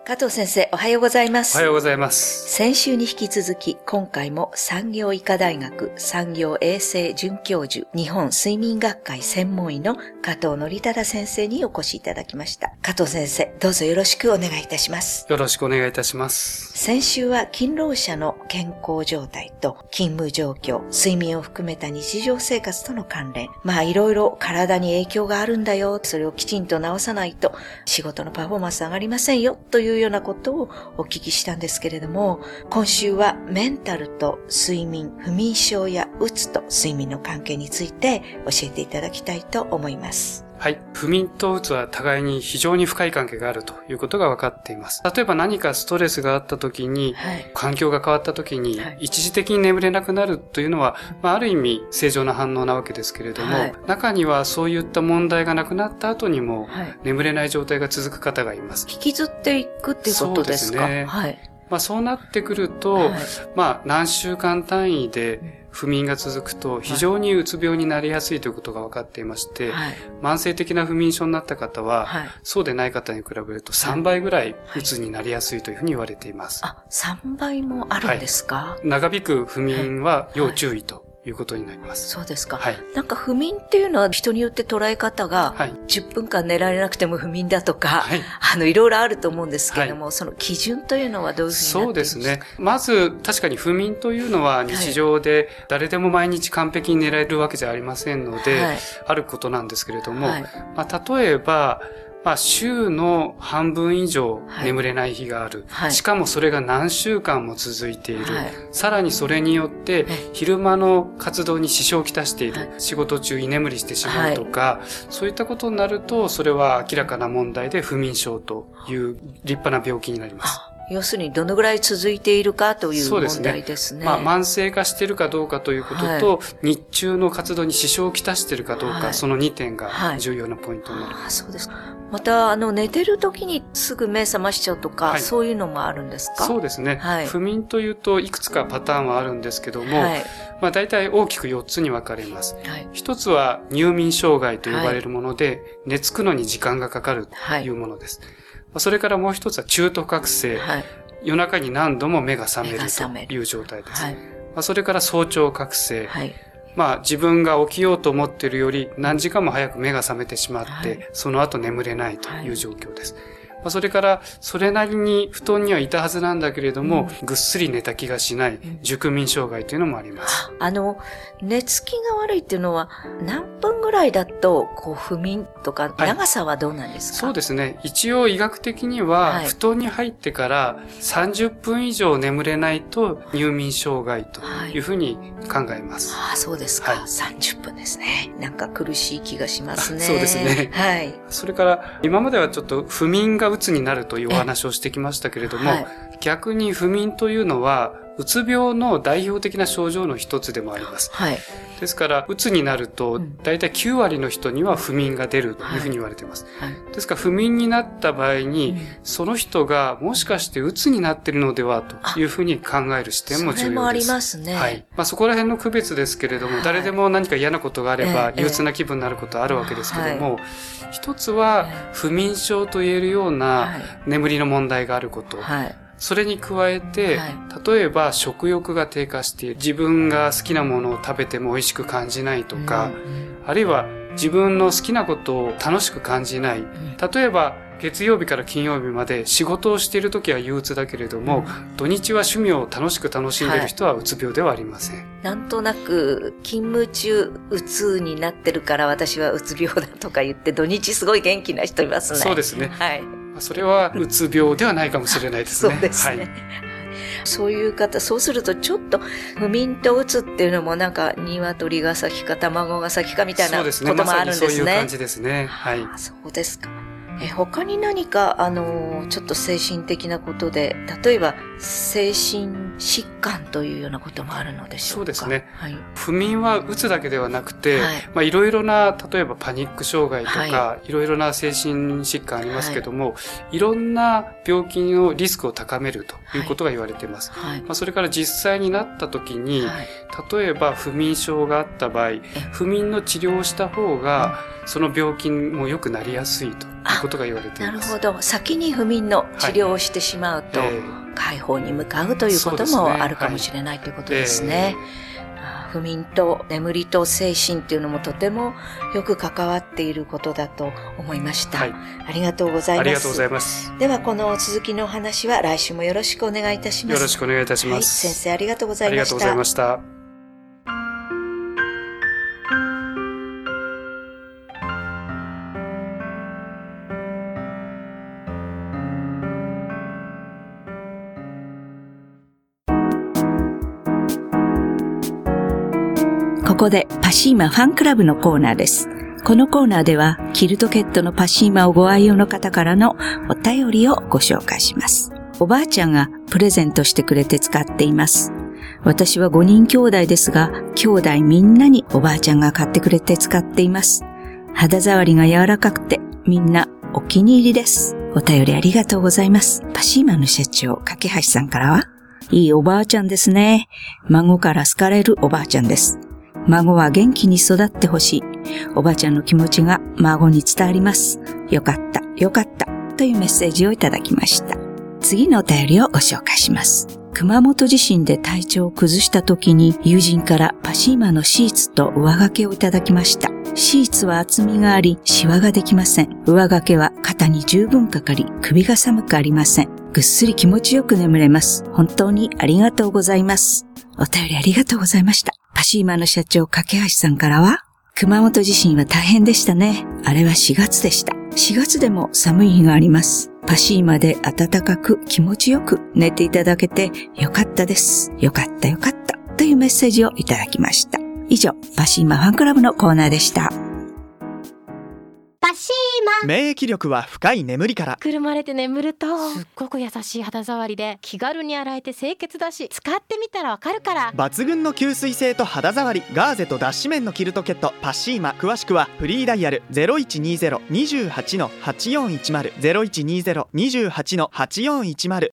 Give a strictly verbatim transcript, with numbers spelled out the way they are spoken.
加藤先生、おはようございます。 おはようございます。 先週に引き続き、今回も産業医科大学産業衛生准教授、日本睡眠学会専門医の加藤則忠先生にお越しいただきました。加藤先生、どうぞよろしくお願いいたします。 よろしくお願いいたします。 先週は勤労者の健康状態と勤務状況、睡眠を含めた日常生活との関連、まあいろいろ体に影響があるんだよ、それをきちんと治さないと仕事のパフォーマンス上がりませんよというようなことをお聞きしたんですけれども、今週はメンタルと睡眠、不眠症やうつと睡眠の関係について教えていただきたいと思います。 はい。不眠とうつは互いに非常に深い関係があるということが分かっています。例えば何かストレスがあった時に、はい、環境が変わった時に、はい、一時的に眠れなくなるというのは、まあ、ある意味正常な反応なわけですけれども、はい、中にはそういった問題がなくなった後にも、はい、眠れない状態が続く方がいます。 引きずっていくっていうことですか？ そうですね。はい。まあそうなってくると、はい、まあ何週間単位で不眠が続くと非常にうつ病になりやすいということが分かっていまして、はい、慢性的な不眠症になった方は、はい、そうでない方に比べるとさんばいぐらいうつになりやすいというふうに言われています。 はいはい、あ、さんばいもあるんですか？ はい、長引く不眠は要注意と。はいはいいうことになります。 そうですか。 はい。 なんか不眠っていうのは人によって捉え方が、はい、じゅっぷんかん寝られなくても不眠だとか、はい、あのいろいろあると思うんですけれども、はい、その基準というのはどういうふうになっていますか？そうですね。 まず確かに不眠というのは日常で誰でも毎日完璧に寝られるわけじゃありませんので、はい、あることなんですけれども、はい、まあ、例えばまあ、週の半分以上眠れない日がある、はい。しかもそれが何週間も続いている。はい、さらにそれによって昼間の活動に支障をきたしている。はい、仕事中居眠りしてしまうとか、はい、そういったことになると、それは明らかな問題で不眠症という立派な病気になります。 要するにどのぐらい続いているかという問題ですね。 まあ慢性化しているかどうかということと、はい、日中の活動に支障をきたしているかどうか、はい、そのにてんが重要なポイントになります。 はい、あ、そうですか。また、あの、寝てる時にすぐ目覚ましちゃうとか、はい、そういうのもあるんですか？ そうですね。はい、不眠というといくつかパターンはあるんですけども、はい、まあ大体大きくよっつに分かれます。はい、一つは入眠障害と呼ばれるもので、はい、寝つくのに時間がかかるというものです。はい、それからもう一つは中途覚醒。はい、夜中に何度も目が覚めるという状態です。はい、まあ、それから早朝覚醒。はい、まあ自分が起きようと思っているより何時間も早く目が覚めてしまって、はい、その後眠れないという状況です。はい、まあ、それからそれなりに布団にはいたはずなんだけれども、うん、ぐっすり寝た気がしない熟眠障害というのもあります。 あの寝つきが悪いっていうのは何分ぐらいだとこう不眠とか長さはどうなんですか？ はい、そうですね。一応医学的には、はい、布団に入ってからさんじゅっぷん以上眠れないと入眠障害というふうに考えます。 はい、ああ、そうですか。はい、さんじゅっぷんですね。なんか苦しい気がしますね。 そうですね。 はい。 それから今まではちょっと不眠がうつになるというお話をしてきましたけれども、はい、逆に不眠というのはうつ病の代表的な症状の一つでもあります。はい、ですから、うつになると、だいたいきゅうわりの人には不眠が出るというふうに言われています。はいはい、ですから、不眠になった場合に、うん、その人がもしかしてうつになっているのではというふうに考える視点も重要です。それもありますね。はい。まあ、そこら辺の区別ですけれども、はい、誰でも何か嫌なことがあれば、憂鬱な気分になることあるわけですけども、はい、一つは不眠症と言えるような眠りの問題があること。はい、それに加えて、はい、例えば食欲が低下している。自分が好きなものを食べても美味しく感じないとか、うん、あるいは自分の好きなことを楽しく感じない。うん、例えば、月曜日から金曜日まで仕事をしているときは憂鬱だけれども、うん、土日は趣味を楽しく楽しんでいる人はうつ病ではありません。はい、 なんとなく勤務中うつになってるから私はうつ病だとか言って土日すごい元気な人いますね。 そうですね。はい。それはうつ病ではないかもしれないですね。 そうですね。はい、そういう方、そうするとちょっと不眠とうつっていうのもなんか鶏が先か卵が先かみたいなこともあるんですね。そうですね。まさにそういう感じですね。はい。そうですか。え他に何かあのちょっと精神的なことで、例えば精神疾患というようなこともあるのでしょうか。 そうですね。 はい、 不眠はうつだけではなくて、はい、まあいろいろな、例えばパニック障害とか、はい、いろいろな精神疾患ありますけども、はい、いろんな病気のリスクを高めるということが言われています。はい、まあそれから実際になった時に、はい、例えば不眠症があった場合、不眠の治療をした方が、その病気も良くなりやすいということが言われています。 なるほど。先に不眠の治療をしてしまうと、はい、えー、解放に向かうということもあるかもしれない、ね、ということですね。えー、不眠と眠りと精神というのもとてもよく関わっていることだと思いました。はい、ありがとうございます。 ありがとうございます。 ではこの続きのお話は来週もよろしくお願いいたします。 よろしくお願いいたします。 はい、先生ありがとうございました。 ありがとうございました。 ここでパシーマファンクラブのコーナーです。このコーナーではキルトケットのパシーマをご愛用の方からのお便りをご紹介します。おばあちゃんがプレゼントしてくれて使っています。私はごにん兄弟ですが、兄弟みんなにおばあちゃんが買ってくれて使っています。肌触りが柔らかくてみんなお気に入りです。お便りありがとうございます。パシーマの社長、架橋さんからは、いいおばあちゃんですね。孫から好かれるおばあちゃんです。孫は元気に育ってほしい。おばあちゃんの気持ちが孫に伝わります。よかった、よかった。というメッセージをいただきました。次のお便りをご紹介します。熊本地震で体調を崩した時に友人からパシーマのシーツと上掛けをいただきました。シーツは厚みがあり、シワができません。上掛けは肩に十分かかり、首が寒くありません。ぐっすり気持ちよく眠れます。本当にありがとうございます。お便りありがとうございました。パシーマの社長、架橋さんからは、熊本地震は大変でしたね。あれはしがつでした。しがつでも寒い日があります。パシーマで暖かく気持ちよく寝ていただけてよかったです。よかったよかったというメッセージをいただきました。以上、パシーマファンクラブのコーナーでした。 パシーマ。 免疫力は深い眠りから。 くるまれて眠るとすっごく優しい肌触りで気軽に洗えて清潔だし、使ってみたらわかるから。 抜群の吸水性と肌触り、ガーゼと脱脂綿のキルトケットパシーマ。詳しくはフリーダイヤル ゼロいちにゼロ にじゅうはちのはちよんいちゼロ ゼロいちにゼロ にじゅうはちのはちよんいちゼロ